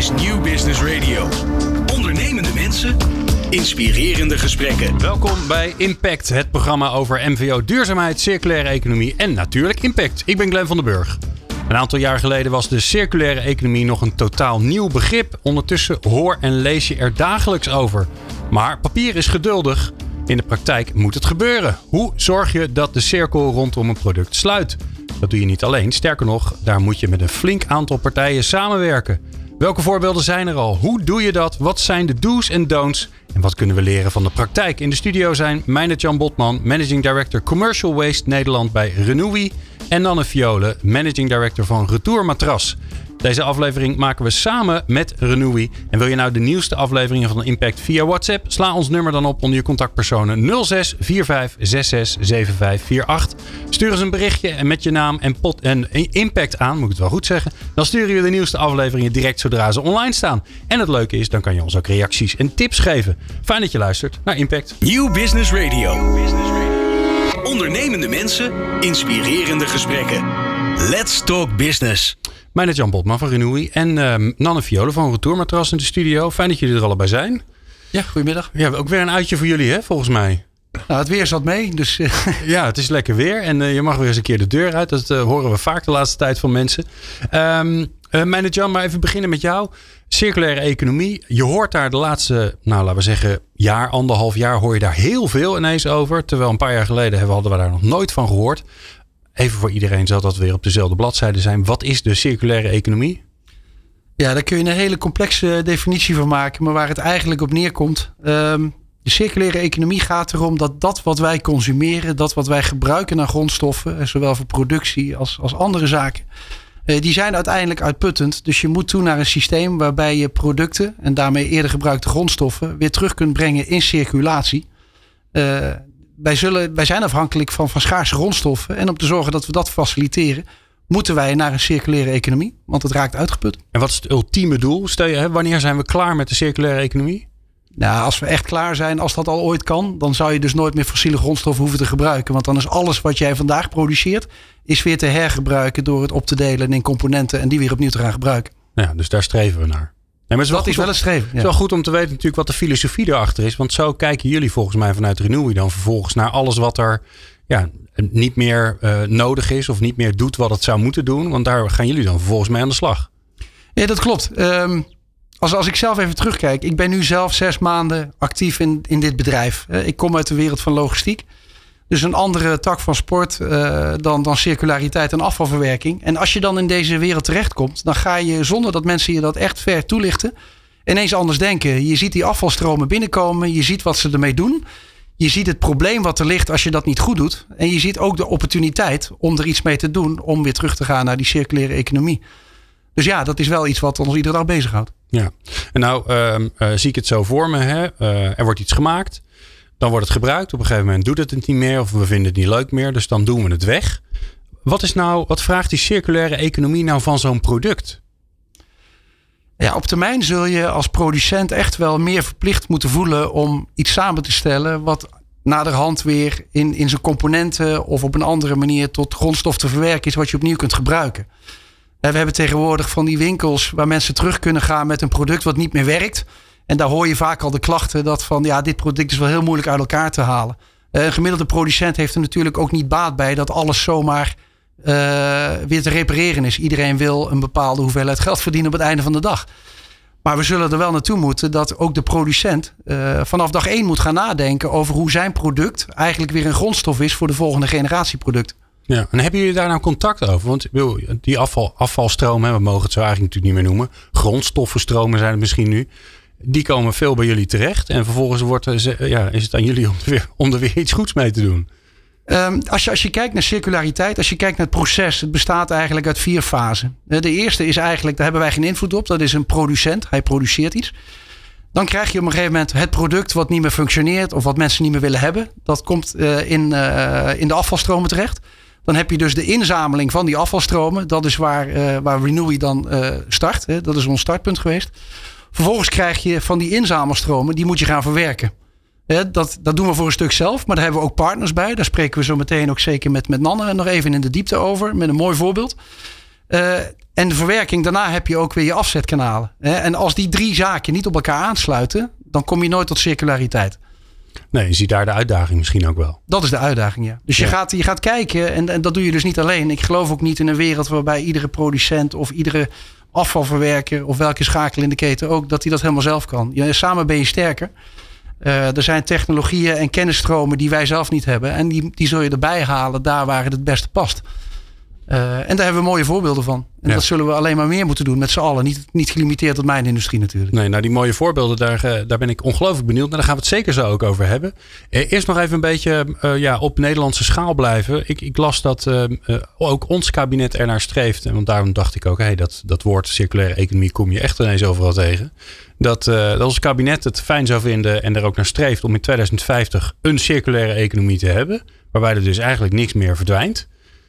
is Nieuw Business Radio. Ondernemende mensen, inspirerende gesprekken. Welkom bij Impact, het programma over MVO, duurzaamheid, circulaire economie en natuurlijk impact. Ik ben Glenn van den Burg. Een aantal jaar geleden was de circulaire economie nog een totaal nieuw begrip. Ondertussen hoor en lees je er dagelijks over. Maar papier is geduldig. In de praktijk moet het gebeuren. Hoe zorg je dat de cirkel rondom een product sluit? Dat doe je niet alleen. Sterker nog, daar moet je met een flink aantal partijen samenwerken. Welke voorbeelden zijn er al? Hoe doe je dat? Wat zijn de do's en don'ts? En wat kunnen we leren van de praktijk? In de studio zijn Meijnert-Jan Botman, Managing Director Commercial Waste Nederland bij Renewi. En Nanne Violen, Managing Director van Retour Matras. Deze aflevering maken we samen met Renewi. En wil je nou de nieuwste afleveringen van Impact via WhatsApp? Sla ons nummer dan op onder je contactpersonen 06 45 66 75 48. Stuur eens een berichtje en met je naam en Impact aan, moet ik het wel goed zeggen. Dan sturen we de nieuwste afleveringen direct zodra ze online staan. En het leuke is, dan kan je ons ook reacties en tips geven. Fijn dat je luistert naar Impact. Nieuw Business Radio. Ondernemende mensen, inspirerende gesprekken. Let's talk business. Meijnert-Jan Botman van Renewi en Nanne Violen van Retour Matras in de studio. Fijn dat jullie er allebei zijn. Ja, goedemiddag. Ja, ook weer een uitje voor jullie, hè, volgens mij. Nou, het weer zat mee, dus... Ja, het is lekker weer en je mag weer eens een keer de deur uit. Dat horen we vaak de laatste tijd van mensen. Meijnert-Jan, maar even beginnen met jou. Circulaire economie. Je hoort daar de laatste, laten we zeggen, anderhalf jaar hoor je daar heel veel ineens over. Terwijl een paar jaar geleden hadden we daar nog nooit van gehoord. Even voor iedereen, zal dat weer op dezelfde bladzijde zijn. Wat is de circulaire economie? Ja, daar kun je een hele complexe definitie van maken. Maar waar het eigenlijk op neerkomt. De circulaire economie gaat erom dat wat wij consumeren, dat wat wij gebruiken aan grondstoffen, zowel voor productie als andere zaken, die zijn uiteindelijk uitputtend. Dus je moet toe naar een systeem waarbij je producten en daarmee eerder gebruikte grondstoffen weer terug kunt brengen in circulatie. Wij zijn afhankelijk van schaarse grondstoffen. En om te zorgen dat we dat faciliteren, moeten wij naar een circulaire economie. Want het raakt uitgeput. En wat is het ultieme doel? Stel je, wanneer zijn we klaar met de circulaire economie? Nou, als we echt klaar zijn, als dat al ooit kan, dan zou je dus nooit meer fossiele grondstoffen hoeven te gebruiken. Want dan is alles wat jij vandaag produceert, is weer te hergebruiken door het op te delen in componenten en die weer opnieuw te gaan gebruiken. Ja, dus daar streven we naar. Nee, maar dat is wel een streven. Het is wel goed om te weten natuurlijk wat de filosofie erachter is. Want zo kijken jullie volgens mij vanuit Renewi dan vervolgens naar alles wat er niet meer nodig is. Of niet meer doet wat het zou moeten doen. Want daar gaan jullie dan vervolgens mee aan de slag. Ja, dat klopt. Als ik zelf even terugkijk. Ik ben nu zelf 6 maanden actief in dit bedrijf. Ik kom uit de wereld van logistiek. Dus een andere tak van sport dan circulariteit en afvalverwerking. En als je dan in deze wereld terechtkomt, dan ga je zonder dat mensen je dat echt ver toelichten, ineens anders denken. Je ziet die afvalstromen binnenkomen. Je ziet wat ze ermee doen. Je ziet het probleem wat er ligt als je dat niet goed doet. En je ziet ook de opportuniteit om er iets mee te doen, om weer terug te gaan naar die circulaire economie. Dus ja, dat is wel iets wat ons iedere dag bezighoudt. Ja, en nou zie ik het zo voor me. Hè? Er wordt iets gemaakt. Dan wordt het gebruikt. Op een gegeven moment doet het niet meer. Of we vinden het niet leuk meer. Dus dan doen we het weg. Wat vraagt die circulaire economie nou van zo'n product? Ja, op termijn zul je als producent echt wel meer verplicht moeten voelen om iets samen te stellen wat naderhand weer in zijn componenten of op een andere manier tot grondstof te verwerken is wat je opnieuw kunt gebruiken. We hebben tegenwoordig van die winkels waar mensen terug kunnen gaan met een product wat niet meer werkt. En daar hoor je vaak al de klachten dat van dit product is wel heel moeilijk uit elkaar te halen. Een gemiddelde producent heeft er natuurlijk ook niet baat bij dat alles zomaar weer te repareren is. Iedereen wil een bepaalde hoeveelheid geld verdienen op het einde van de dag. Maar we zullen er wel naartoe moeten dat ook de producent vanaf dag 1 moet gaan nadenken over hoe zijn product eigenlijk weer een grondstof is voor de volgende generatie product. Ja, en hebben jullie daar nou contact over? Want die afvalstromen, we mogen het zo eigenlijk natuurlijk niet meer noemen. Grondstoffenstromen zijn het misschien nu. Die komen veel bij jullie terecht. En vervolgens is het aan jullie om er weer iets goeds mee te doen. Als je kijkt naar circulariteit, als je kijkt naar het proces. Het bestaat eigenlijk uit 4 fasen. De eerste is eigenlijk, daar hebben wij geen invloed op. Dat is een producent. Hij produceert iets. Dan krijg je op een gegeven moment het product wat niet meer functioneert. Of wat mensen niet meer willen hebben. Dat komt in de afvalstromen terecht. Dan heb je dus de inzameling van die afvalstromen. Dat is waar Renewi dan start. Dat is ons startpunt geweest. Vervolgens krijg je van die inzamelstromen, die moet je gaan verwerken. Dat doen we voor een stuk zelf, maar daar hebben we ook partners bij. Daar spreken we zo meteen ook zeker met Nanne nog even in de diepte over. Met een mooi voorbeeld. En de verwerking, daarna heb je ook weer je afzetkanalen. En als die 3 zaken niet op elkaar aansluiten, dan kom je nooit tot circulariteit. Nee, je ziet daar de uitdaging misschien ook wel. Dat is de uitdaging, ja. Dus je gaat kijken en dat doe je dus niet alleen. Ik geloof ook niet in een wereld waarbij iedere producent of iedere afvalverwerker of welke schakel in de keten ook, dat hij dat helemaal zelf kan. Samen ben je sterker. Er zijn technologieën en kennisstromen die wij zelf niet hebben. En die zul je erbij halen daar waar het beste past. En daar hebben we mooie voorbeelden van. En dat zullen we alleen maar meer moeten doen met z'n allen. Niet gelimiteerd tot mijn industrie natuurlijk. Nee, nou die mooie voorbeelden, daar ben ik ongelooflijk benieuwd. Nou, daar gaan we het zeker zo ook over hebben. Eerst nog even een beetje op Nederlandse schaal blijven. Ik las dat ook ons kabinet ernaar streeft. En want daarom dacht ik ook, dat woord circulaire economie kom je echt ineens overal tegen. Dat ons kabinet het fijn zou vinden en er ook naar streeft om in 2050 een circulaire economie te hebben. Waarbij er dus eigenlijk niks meer verdwijnt.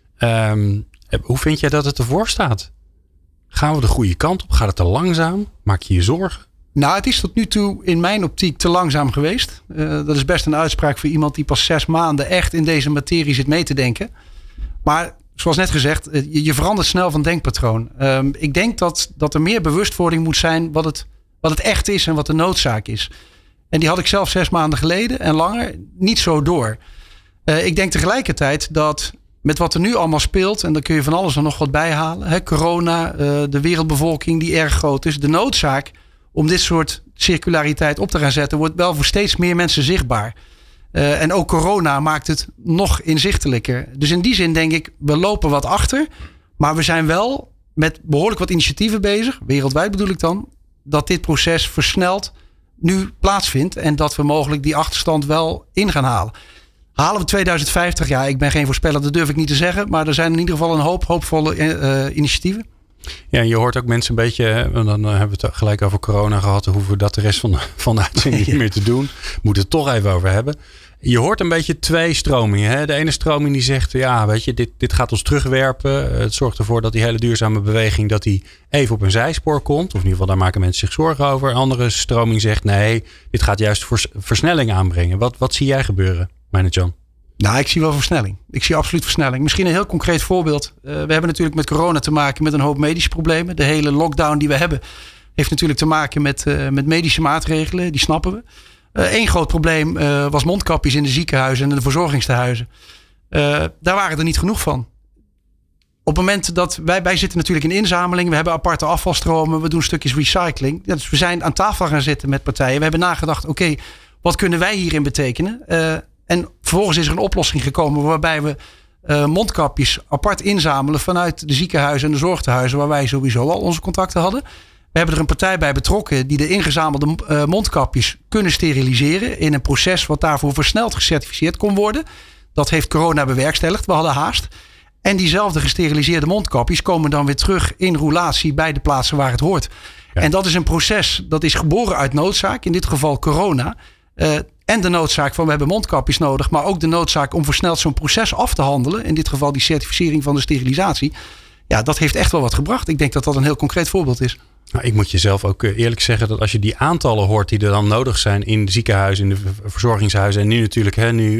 Hoe vind jij dat het ervoor staat? Gaan we de goede kant op? Gaat het te langzaam? Maak je je zorgen? Nou, het is tot nu toe in mijn optiek te langzaam geweest. Dat is best een uitspraak voor iemand die pas 6 maanden echt in deze materie zit mee te denken. Maar zoals net gezegd, je verandert snel van denkpatroon. Ik denk dat er meer bewustwording moet zijn wat het echt is en wat de noodzaak is. En die had ik zelf 6 maanden geleden en langer niet zo door. Ik denk tegelijkertijd dat met wat er nu allemaal speelt, en daar kun je van alles en nog wat bij halen. Corona, de wereldbevolking die erg groot is. De noodzaak om dit soort circulariteit op te gaan zetten wordt wel voor steeds meer mensen zichtbaar. En ook corona maakt het nog inzichtelijker. Dus in die zin denk ik, we lopen wat achter. Maar we zijn wel met behoorlijk wat initiatieven bezig. Wereldwijd bedoel ik dan. Dat dit proces versneld nu plaatsvindt. En dat we mogelijk die achterstand wel in gaan halen. Halen we 2050? Ja, ik ben geen voorspeller, dat durf ik niet te zeggen. Maar er zijn in ieder geval een hoopvolle initiatieven. Ja, en je hoort ook mensen een beetje, dan hebben we het gelijk over corona gehad. Dan hoeven we dat de rest van de uitzending niet meer te doen. Moeten het toch even over hebben. Je hoort een beetje 2 stromingen. Hè? De ene stroming die zegt, ja, weet je, dit gaat ons terugwerpen. Het zorgt ervoor dat die hele duurzame beweging, dat die even op een zijspoor komt. Of in ieder geval, daar maken mensen zich zorgen over. Een andere stroming zegt, nee, dit gaat juist versnelling aanbrengen. Wat zie jij gebeuren, Meijnerd-Jan? Nou, ik zie wel versnelling. Ik zie absoluut versnelling. Misschien een heel concreet voorbeeld. We hebben natuurlijk met corona te maken met een hoop medische problemen. De hele lockdown die we hebben heeft natuurlijk te maken met medische maatregelen. Die snappen we. Eén groot probleem was mondkapjes in de ziekenhuizen en de verzorgingstehuizen. Daar waren er niet genoeg van. Op het moment dat wij zitten natuurlijk in inzameling. We hebben aparte afvalstromen. We doen stukjes recycling. Ja, dus we zijn aan tafel gaan zitten met partijen. We hebben nagedacht, oké, wat kunnen wij hierin betekenen? En vervolgens is er een oplossing gekomen waarbij we mondkapjes apart inzamelen vanuit de ziekenhuizen en de zorgtehuizen waar wij sowieso al onze contacten hadden. We hebben er een partij bij betrokken die de ingezamelde mondkapjes kunnen steriliseren in een proces wat daarvoor versneld gecertificeerd kon worden. Dat heeft corona bewerkstelligd. We hadden haast. En diezelfde gesteriliseerde mondkapjes komen dan weer terug in roulatie bij de plaatsen waar het hoort. Ja. En dat is een proces dat is geboren uit noodzaak. In dit geval corona. En de noodzaak van we hebben mondkapjes nodig. Maar ook de noodzaak om versneld zo'n proces af te handelen. In dit geval die certificering van de sterilisatie. Ja, dat heeft echt wel wat gebracht. Ik denk dat dat een heel concreet voorbeeld is. Nou, ik moet je zelf ook eerlijk zeggen dat als je die aantallen hoort die er dan nodig zijn in de ziekenhuizen, in de verzorgingshuizen. En nu natuurlijk,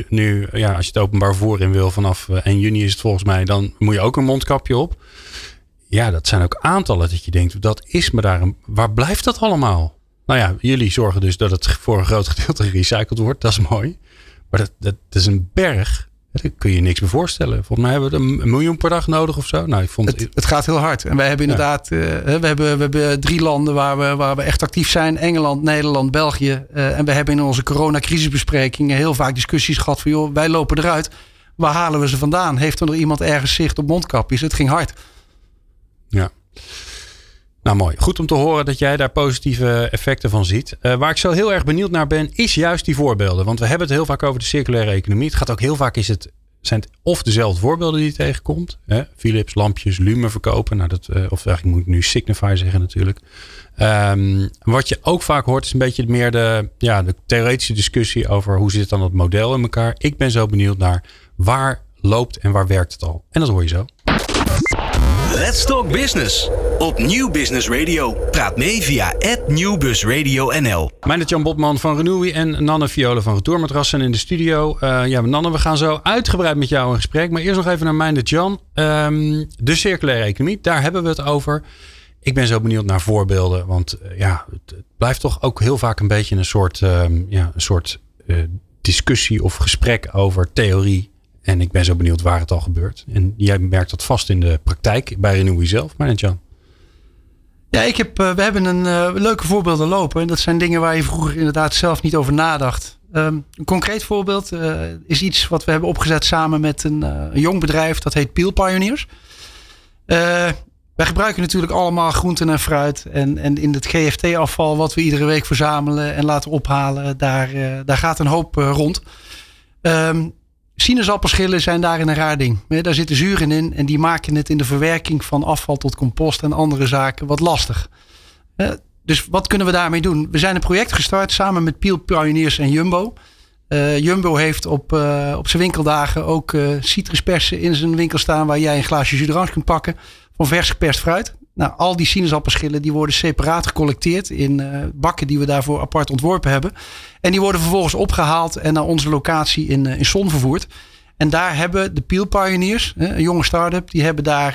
als je het openbaar vervoer in wil vanaf 1 juni is het volgens mij, dan moet je ook een mondkapje op. Ja, dat zijn ook aantallen dat je denkt, dat is me daar. Waar blijft dat allemaal? Nou ja, jullie zorgen dus dat het voor een groot gedeelte gerecycled wordt. Dat is mooi. Maar dat is een berg. Daar kun je niks meer voorstellen. Volgens mij hebben we 1 miljoen per dag nodig of zo. Nou, ik vond het gaat heel hard. En wij hebben inderdaad, we hebben 3 landen waar we echt actief zijn. Engeland, Nederland, België. En we hebben in onze coronacrisisbesprekingen heel vaak discussies gehad van, joh, wij lopen eruit. Waar halen we ze vandaan? Heeft er nog iemand ergens zicht op mondkapjes? Het ging hard. Ja. Nou, mooi. Goed om te horen dat jij daar positieve effecten van ziet. Waar ik zo heel erg benieuwd naar ben, is juist die voorbeelden. Want we hebben het heel vaak over de circulaire economie. Het gaat ook heel vaak, zijn het of dezelfde voorbeelden die je tegenkomt. Hè? Philips, lampjes, Lume verkopen. Nou, of eigenlijk moet ik nu Signify zeggen natuurlijk. Wat je ook vaak hoort is een beetje meer de theoretische discussie over hoe zit dan het model in elkaar. Ik ben zo benieuwd naar waar loopt en waar werkt het al. En dat hoor je zo. Let's Talk Business. op Nieuw Business Radio. Praat mee via @nieuwbusradio.nl. Jan Botman van Renewi en Nanne Viola van Retourmatrassen in de studio. Nanne, we gaan zo uitgebreid met jou in gesprek. Maar eerst nog even naar Jan. De circulaire economie, daar hebben we het over. Ik ben zo benieuwd naar voorbeelden. Want het blijft toch ook heel vaak een beetje een soort discussie of gesprek over theorie. En ik ben zo benieuwd waar het al gebeurt. En jij merkt dat vast in de praktijk bij Renewi zelf. Maar Jan. Ja, we hebben een leuke voorbeelden lopen. En dat zijn dingen waar je vroeger inderdaad zelf niet over nadacht. Een concreet voorbeeld is iets wat we hebben opgezet samen met een jong bedrijf. Dat heet Peel Pioneers. Wij gebruiken natuurlijk allemaal groenten en fruit. En in het GFT-afval wat we iedere week verzamelen en laten ophalen. Daar gaat een hoop rond. Sinaasappelschillen zijn daarin een raar ding. Daar zitten zuren in en die maken het in de verwerking van afval tot compost en andere zaken wat lastig. Dus wat kunnen we daarmee doen? We zijn een project gestart samen met Peel Pioneers en Jumbo. Jumbo heeft op zijn winkeldagen ook citruspersen in zijn winkel staan waar jij een glaasje jus d'orange kunt pakken van vers geperst fruit. Nou, al die sinaasappelschillen die worden separaat gecollecteerd in bakken die we daarvoor apart ontworpen hebben. En die worden vervolgens opgehaald en naar onze locatie in Son vervoerd. En daar hebben de Peel Pioneers, een jonge start-up, die hebben daar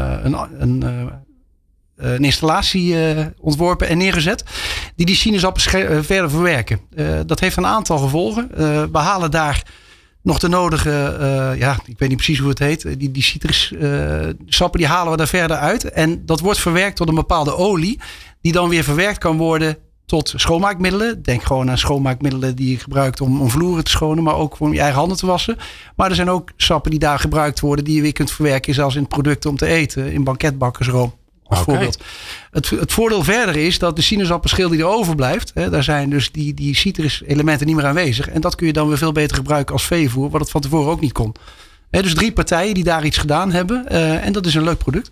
een installatie ontworpen en neergezet. Die sinaasappels verder verwerken. Dat heeft een aantal gevolgen. We halen daar nog de nodige, ik weet niet precies hoe het heet. Die citrussappen die halen we daar verder uit. En dat wordt verwerkt tot een bepaalde olie. Die dan weer verwerkt kan worden tot schoonmaakmiddelen. Denk gewoon aan schoonmaakmiddelen die je gebruikt om vloeren te schonen. Maar ook om je eigen handen te wassen. Maar er zijn ook sappen die daar gebruikt worden. Die je weer kunt verwerken zelfs in producten om te eten. In banketbakkersroom. Als voorbeeld. Het voordeel verder is dat de sinaasappelschil die er overblijft. Daar zijn dus die citruselementen niet meer aanwezig. En dat kun je dan weer veel beter gebruiken als veevoer. Wat het van tevoren ook niet kon. Dus 3 partijen die daar iets gedaan hebben. En dat is een leuk product.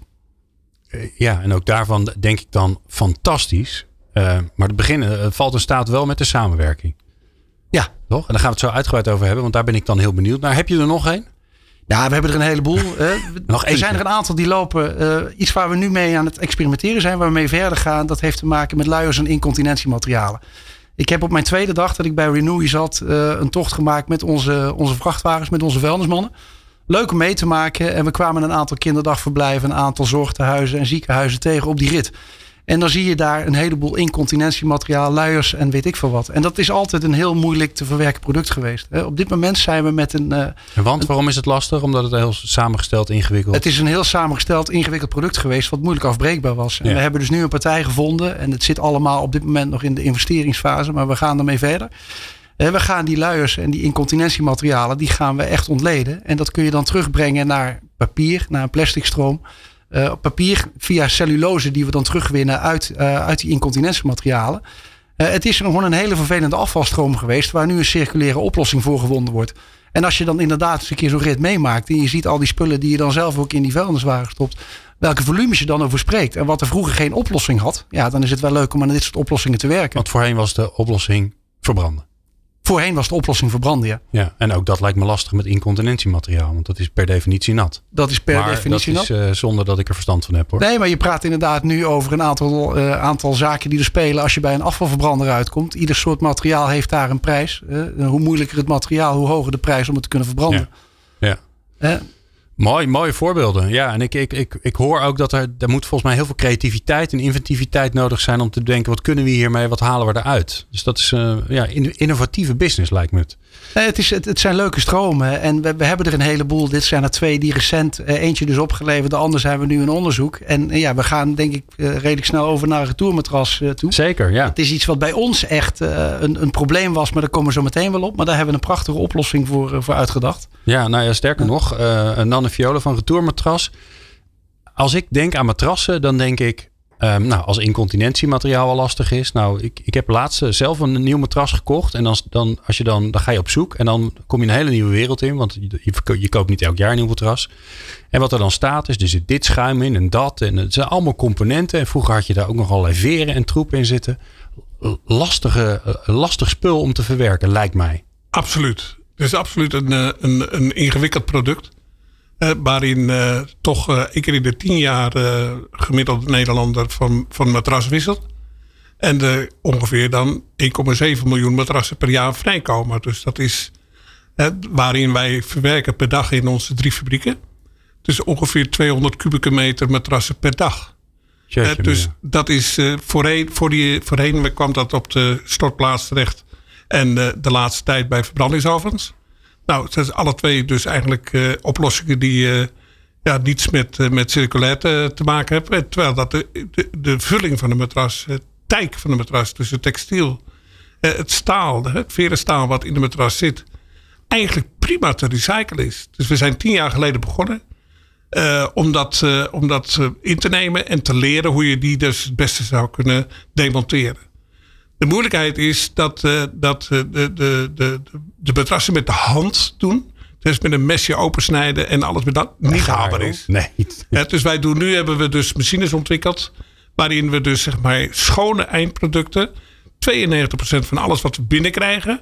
Ja, en ook daarvan denk ik dan fantastisch. Maar het beginnen valt in staat wel met de samenwerking. Ja. Toch? En daar gaan we het zo uitgebreid over hebben. Want daar ben ik dan heel benieuwd naar. Heb je er nog een? Ja, we hebben er een heleboel. Er zijn er een aantal die lopen. Iets waar we nu mee aan het experimenteren zijn. Waar we mee verder gaan. Dat heeft te maken met luiers en incontinentiematerialen. Ik heb op mijn tweede dag dat ik bij Renewi zat. Een tocht gemaakt met onze vrachtwagens. Met onze vuilnismannen. Leuk om mee te maken. En we kwamen een aantal kinderdagverblijven. Een aantal zorgtehuizen en ziekenhuizen tegen op die rit. En dan zie je daar een heleboel incontinentiemateriaal, luiers en weet ik veel wat. En dat is altijd een heel moeilijk te verwerken product geweest. Op dit moment zijn we met waarom is het lastig? Omdat het heel samengesteld, ingewikkeld. Het is een heel samengesteld, ingewikkeld product geweest wat moeilijk afbreekbaar was. En we hebben dus nu een partij gevonden. En het zit allemaal op dit moment nog in de investeringsfase. Maar we gaan ermee verder. We gaan die luiers en die incontinentiematerialen, die gaan we echt ontleden. En dat kun je dan terugbrengen naar papier, naar een plasticstroom. Papier via cellulose die we dan terugwinnen uit die incontinentiematerialen. Het is gewoon een hele vervelende afvalstroom geweest waar nu een circulaire oplossing voor gevonden wordt. En als je dan inderdaad eens een keer zo'n rit meemaakt en je ziet al die spullen die je dan zelf ook in die vuilniswagen stopt, welke volumes je dan over spreekt en wat er vroeger geen oplossing had, ja, dan is het wel leuk om aan dit soort oplossingen te werken. Want voorheen was de oplossing verbranden. Voorheen was de oplossing verbranden, ja. Ja, en ook dat lijkt me lastig met incontinentiemateriaal. Want dat is per definitie nat. Dat is per definitie nat. Dat is zonder dat ik er verstand van heb, hoor. Nee, maar je praat inderdaad nu over een aantal zaken die er spelen als je bij een afvalverbrander uitkomt. Ieder soort materiaal heeft daar een prijs. Hoe moeilijker het materiaal, hoe hoger de prijs om het te kunnen verbranden. Ja. Mooie voorbeelden. Ja, en ik hoor ook dat er moet volgens mij heel veel creativiteit en inventiviteit nodig zijn om te denken, wat kunnen we hiermee, wat halen we eruit? Dus dat is innovatieve business, lijkt me het. Het zijn leuke stromen en we hebben er een heleboel. Dit zijn er 2 die recent, eentje dus opgeleverd, de andere zijn we nu in onderzoek. En we gaan denk ik redelijk snel over naar een retourmatras toe. Zeker, ja. Het is iets wat bij ons echt een probleem was, maar daar komen we zo meteen wel op. Maar daar hebben we een prachtige oplossing voor uitgedacht. Ja, nou ja, sterker nog, Nanne Viola van Retourmatras. Als ik denk aan matrassen, dan denk ik, als incontinentiemateriaal al lastig is. Nou, ik heb laatst zelf een nieuw matras gekocht. En dan ga je op zoek. En dan kom je een hele nieuwe wereld in. Want je koopt niet elk jaar een nieuw matras. En wat er dan staat is, er zit dit schuim in en dat. En het zijn allemaal componenten. En vroeger had je daar ook nog allerlei veren en troep in zitten. Lastig spul om te verwerken, lijkt mij. Absoluut. Het is absoluut een ingewikkeld product. Waarin toch 1 keer in de 10 jaar gemiddeld Nederlander van matras wisselt. En er ongeveer dan 1,7 miljoen matrassen per jaar vrijkomen. Dus dat is waarin wij verwerken per dag in onze 3 fabrieken. Dus ongeveer 200 kubieke meter matrassen per dag. Dus dat is voorheen kwam dat op de stortplaats terecht. En de laatste tijd bij verbrandingsovens. Nou, dat zijn alle 2 dus eigenlijk oplossingen die niets met circulair te maken hebben. Terwijl dat de vulling van de matras, het tijk van de matras, dus het textiel, het staal, het veren staal wat in de matras zit, eigenlijk prima te recyclen is. Dus we zijn 10 jaar geleden begonnen om dat in te nemen en te leren hoe je die dus het beste zou kunnen demonteren. De moeilijkheid is dat de matrassen met de hand doen. Dus met een mesje opensnijden en alles met dat niet haalbaar is. Nee. Dus nu hebben we dus machines ontwikkeld. Waarin we dus zeg maar schone eindproducten. 92% van alles wat we binnenkrijgen.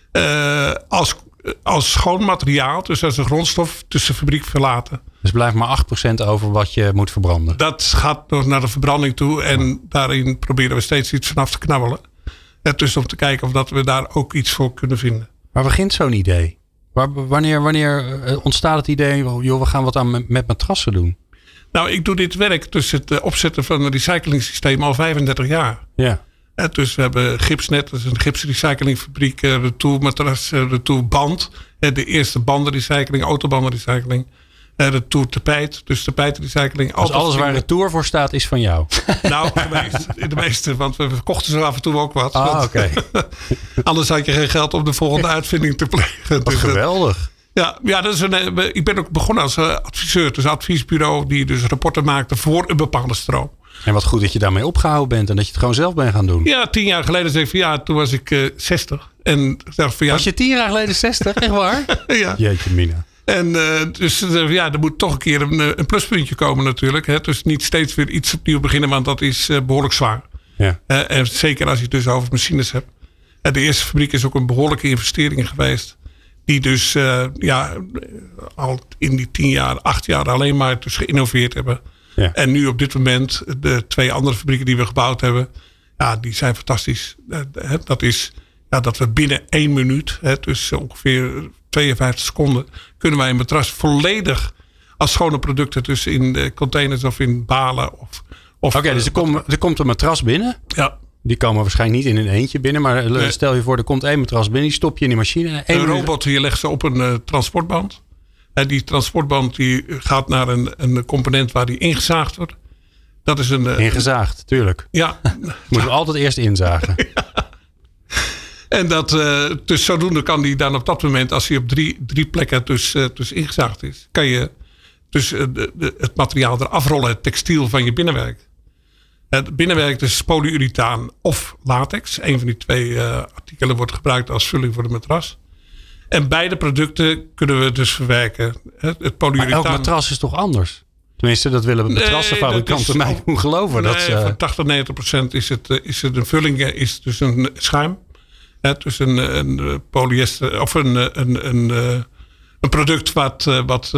Als schoon materiaal. Dus als een grondstof tussen de fabriek verlaten. Dus blijft maar 8% over wat je moet verbranden. Dat gaat nog naar de verbranding toe. En daarin proberen we steeds iets vanaf te knabbelen. Dus om te kijken of dat we daar ook iets voor kunnen vinden. Waar begint zo'n idee? Wanneer ontstaat het idee, joh, we gaan wat aan met matrassen doen? Nou, ik doe dit werk, dus het opzetten van een recyclingsysteem al 35 jaar. Ja. Dus we hebben Gipsnet, dat is een gipsrecyclingfabriek, retourmatras, retourband. De eerste bandenrecycling, autobandenrecycling. Retour tapijt, dus tapijtrecycling. Dus alles waar retour voor staat is van jou? Nou, de meeste, want we verkochten zo af en toe ook wat. Oké. Anders had je geen geld om de volgende uitvinding te plegen. Wat geweldig. Ja, dat is ik ben ook begonnen als adviseur. Dus een adviesbureau die dus rapporten maakte voor een bepaalde stroom. En wat goed dat je daarmee opgehouden bent en dat je het gewoon zelf bent gaan doen. Ja, 10 jaar geleden zei ik van toen was ik 60. En dacht van Was je 10 jaar geleden 60? Echt waar? Ja. Jeetje mina. En dus er moet toch een keer een pluspuntje komen natuurlijk. Hè? Dus niet steeds weer iets opnieuw beginnen, want dat is behoorlijk zwaar. Ja. En zeker als je het dus over machines hebt. De eerste fabriek is ook een behoorlijke investering geweest. Die dus al in die 10 jaar, 8 jaar alleen maar dus geïnnoveerd hebben. Ja. En nu op dit moment de 2 andere fabrieken die we gebouwd hebben. Ja, die zijn fantastisch. Dat is dat we binnen 1 minuut, dus ongeveer 52 seconden, kunnen wij een matras volledig als schone producten. Dus in de containers of in balen. Oké, dus er komt een matras binnen. Ja. Die komen waarschijnlijk niet in een eentje binnen. Maar stel je voor, er komt 1 matras binnen. Die stop je in die machine. Een robot, je legt ze op een transportband. Die transportband die gaat naar een component waar die ingezaagd wordt. Dat is ingezaagd, tuurlijk. Ja. Moeten we altijd eerst inzagen. Ja. En dus zodoende kan die dan op dat moment, als hij op drie plekken dus ingezaagd is, kan je dus het materiaal eraf rollen, het textiel van je binnenwerk. Het binnenwerk is polyurethaan of latex. Een van die 2 artikelen wordt gebruikt als vulling voor de matras. En beide producten kunnen we dus verwerken. Het polyurethaan. Maar elk matras is toch anders? Tenminste, dat willen matrassenfabrikanten mij doen geloven. Van 80-90% is het een vulling, is dus een schuim. Dus een polyester of een product wat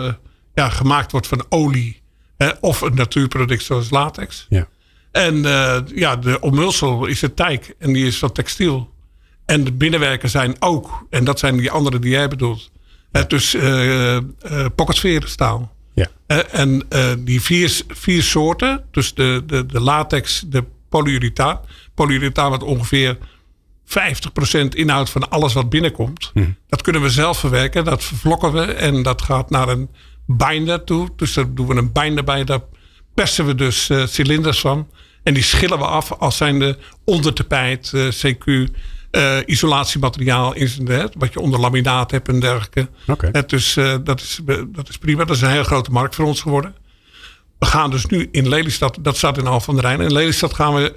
gemaakt wordt van olie. Of een natuurproduct zoals latex. Ja. En de omhulsel is het tijk en die is van textiel. En de binnenwerken zijn ook, en dat zijn die andere die jij bedoelt. Dus pocketsfeerstaal. Ja. En die 4 soorten, dus de latex, de polyurethaan. Polyurethaan wat ongeveer 50% inhoudt van alles wat binnenkomt. Dat kunnen we zelf verwerken. Dat vervlokken we en dat gaat naar een binder toe. Dus daar doen we een binder bij. Daar persen we dus cilinders van. En die schillen we af als zijnde ondertapijt, CQ, isolatiemateriaal, wat je onder laminaat hebt en dergelijke. Okay. Dus dat is prima. Dat is een hele grote markt voor ons geworden. We gaan dus nu in Lelystad, dat staat in Alphen aan de Rijn. In Lelystad gaan we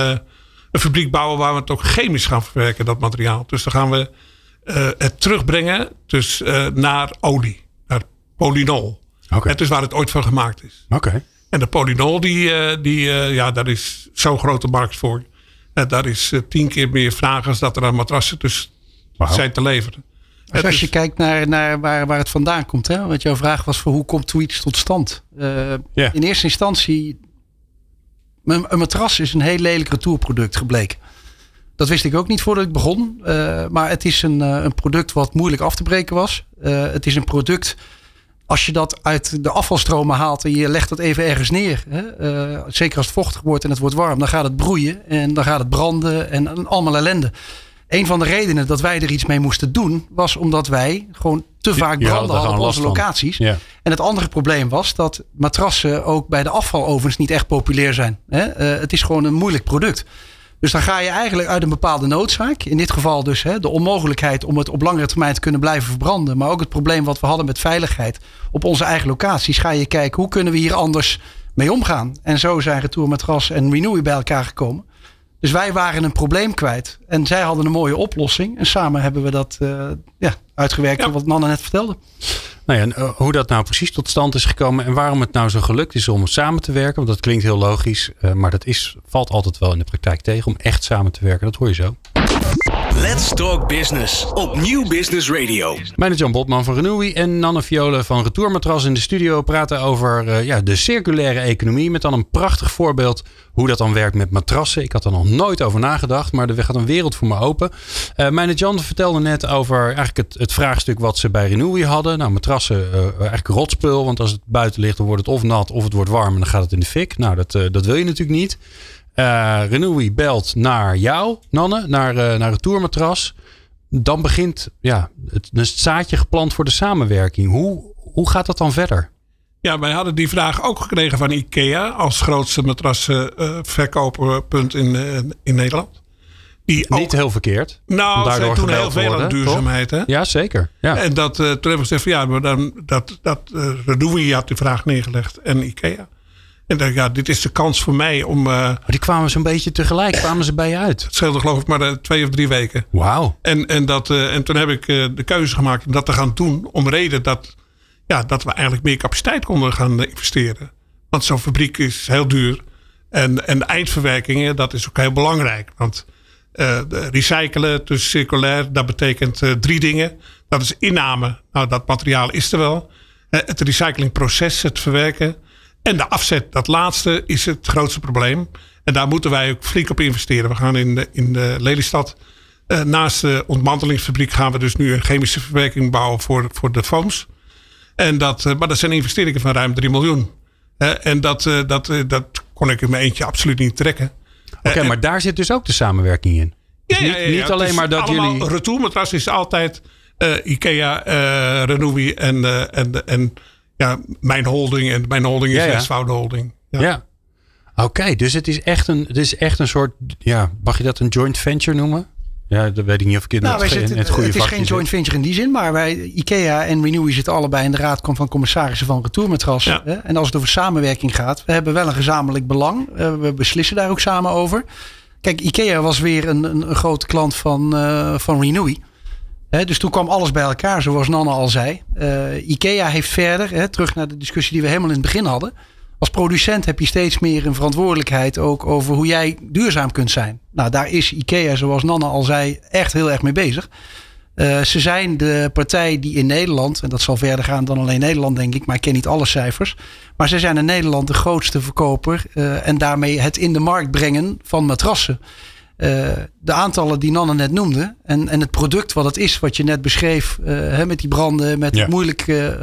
een fabriek bouwen waar we het ook chemisch gaan verwerken, dat materiaal. Dus dan gaan we het terugbrengen naar olie, naar polynol. Okay. Het is waar het ooit van gemaakt is. Okay. En de polynol, daar is zo'n grote markt voor. Daar is 10 keer meer vraag als dat er aan matrassen zijn te leveren. Als je kijkt naar waar het vandaan komt. Hè? Want jouw vraag was voor hoe komt zoiets tot stand? In eerste instantie, een matras is een heel lelijk retourproduct gebleken. Dat wist ik ook niet voordat ik begon. Maar het is een product wat moeilijk af te breken was. Het is een product, als je dat uit de afvalstromen haalt en je legt dat even ergens neer. Zeker als het vochtig wordt en het wordt warm. Dan gaat het broeien en dan gaat het branden en allemaal ellende. Een van de redenen dat wij er iets mee moesten doen, was omdat wij gewoon te vaak branden hadden op onze locaties. Ja. En het andere probleem was dat matrassen ook bij de afvalovens niet echt populair zijn. Het is gewoon een moeilijk product. Dus dan ga je eigenlijk uit een bepaalde noodzaak. In dit geval dus de onmogelijkheid om het op langere termijn te kunnen blijven verbranden. Maar ook het probleem wat we hadden met veiligheid op onze eigen locaties. Ga je kijken, hoe kunnen we hier anders mee omgaan? En zo zijn Retour Matras en Renewi bij elkaar gekomen. Dus wij waren een probleem kwijt. En zij hadden een mooie oplossing. En samen hebben we dat uitgewerkt, wat Nanne net vertelde. Nou ja, en hoe dat nou precies tot stand is gekomen en waarom het nou zo gelukt is om samen te werken. Want dat klinkt heel logisch, maar dat valt altijd wel in de praktijk tegen om echt samen te werken. Dat hoor je zo. Let's Talk Business op Nieuw Business Radio. Jan Botman van Renewi en Nanne Violen van Retour Matras in de studio praten over de circulaire economie. Met dan een prachtig voorbeeld hoe dat dan werkt met matrassen. Ik had er nog nooit over nagedacht, maar er gaat een wereld voor me open. Jan vertelde net over eigenlijk het vraagstuk wat ze bij Renewi hadden. Nou, matrassen eigenlijk rotspul, want als het buiten ligt dan wordt het of nat of het wordt warm en dan gaat het in de fik. Nou, dat wil je natuurlijk niet. Renewi belt naar jou, Nanne, naar Retour Matras. Dan begint het zaadje geplant voor de samenwerking. Hoe gaat dat dan verder? Ja, wij hadden die vraag ook gekregen van IKEA als grootste matrasverkooppunt in Nederland. Niet heel verkeerd. Nou, zij doen heel veel aan duurzaamheid. Hè? Ja, zeker. Ja. En toen hebben we gezegd van Renewi had die vraag neergelegd en IKEA. En dacht, dit is de kans voor mij om... die kwamen zo'n beetje tegelijk, kwamen ze bij je uit? Het scheelde geloof ik maar 2 of 3 weken. Wauw. En toen heb ik de keuze gemaakt om dat te gaan doen. Om reden dat we eigenlijk meer capaciteit konden gaan investeren. Want zo'n fabriek is heel duur. En de eindverwerkingen, dat is ook heel belangrijk. Want recyclen, dus circulair, dat betekent 3 dingen. Dat is inname. Nou, dat materiaal is er wel. Het recyclingproces, het verwerken. En de afzet, dat laatste, is het grootste probleem. En daar moeten wij ook flink op investeren. We gaan in de Lelystad, naast de ontmantelingsfabriek, gaan we dus nu een chemische verwerking bouwen voor de foams. En maar dat zijn investeringen van ruim 3 miljoen. En dat kon ik in mijn eentje absoluut niet trekken. Oké, maar daar zit dus ook de samenwerking in. Dus niet alleen maar dat jullie... Retour Matras is altijd IKEA, Renewi en mijn holding. En mijn holding is Westwoud Holding. Ja. Oké, dus het is echt een soort... Ja, mag je dat een joint venture noemen? Ja, dat weet ik niet of ik het goede Het is geen joint venture in die zin, maar IKEA en Renewi zitten allebei in de raad van commissarissen van Retour Matras. Ja. En als het over samenwerking gaat, we hebben wel een gezamenlijk belang. We beslissen daar ook samen over. Kijk, IKEA was weer een grote klant van Renewi. Dus toen kwam alles bij elkaar, zoals Nanne al zei. IKEA heeft verder, terug naar de discussie die we helemaal in het begin hadden. Als producent heb je steeds meer een verantwoordelijkheid ook over hoe jij duurzaam kunt zijn. Nou, daar is IKEA, zoals Nanne al zei, echt heel erg mee bezig. Ze zijn de partij die in Nederland, en dat zal verder gaan dan alleen Nederland denk ik, maar ik ken niet alle cijfers. Maar ze zijn in Nederland de grootste verkoper en daarmee het in de markt brengen van matrassen. De aantallen die Nanne net noemde en het product wat het is, wat je net beschreef, met die branden, met het moeilijk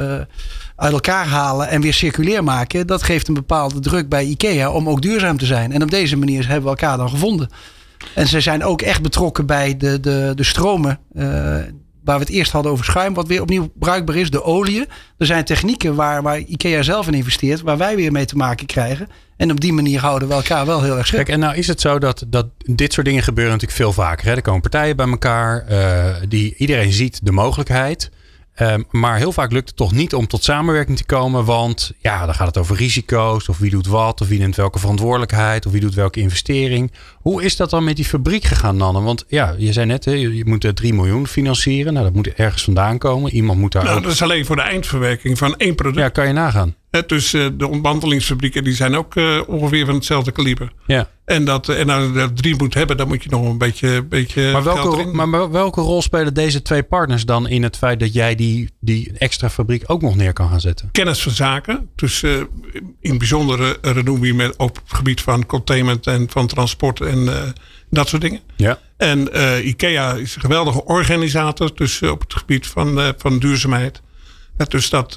uit elkaar halen en weer circulair maken, dat geeft een bepaalde druk bij IKEA om ook duurzaam te zijn. En op deze manier hebben we elkaar dan gevonden. En ze zijn ook echt betrokken bij de stromen waar we het eerst hadden over schuim, wat weer opnieuw bruikbaar is, de oliën. Er zijn technieken waar IKEA zelf in investeert, waar wij weer mee te maken krijgen. En op die manier houden we elkaar wel heel erg scherp. Kijk, en nou is het zo dat dit soort dingen gebeuren natuurlijk veel vaker. Hè? Er komen partijen bij elkaar, iedereen ziet de mogelijkheid. Maar heel vaak lukt het toch niet om tot samenwerking te komen. Want dan gaat het over risico's. Of wie doet wat. Of wie neemt welke verantwoordelijkheid. Of wie doet welke investering. Hoe is dat dan met die fabriek gegaan, Nanne? Want je zei net, je moet 3 miljoen financieren. Nou, dat moet ergens vandaan komen. Iemand moet daar dat is alleen voor de eindverwerking van 1 product. Ja, kan je nagaan. Dus de ontmantelingsfabrieken die zijn ook ongeveer van hetzelfde kaliber. Ja. En als je 3 moet hebben, dan moet je nog een beetje maar welke rol spelen deze 2 partners dan in het feit dat jij die extra fabriek ook nog neer kan gaan zetten? Kennis van zaken. Dus in het bijzonder Renomy op het gebied van containment en van transport en dat soort dingen. Ja. En IKEA is een geweldige organisator. Dus op het gebied van duurzaamheid. Dus die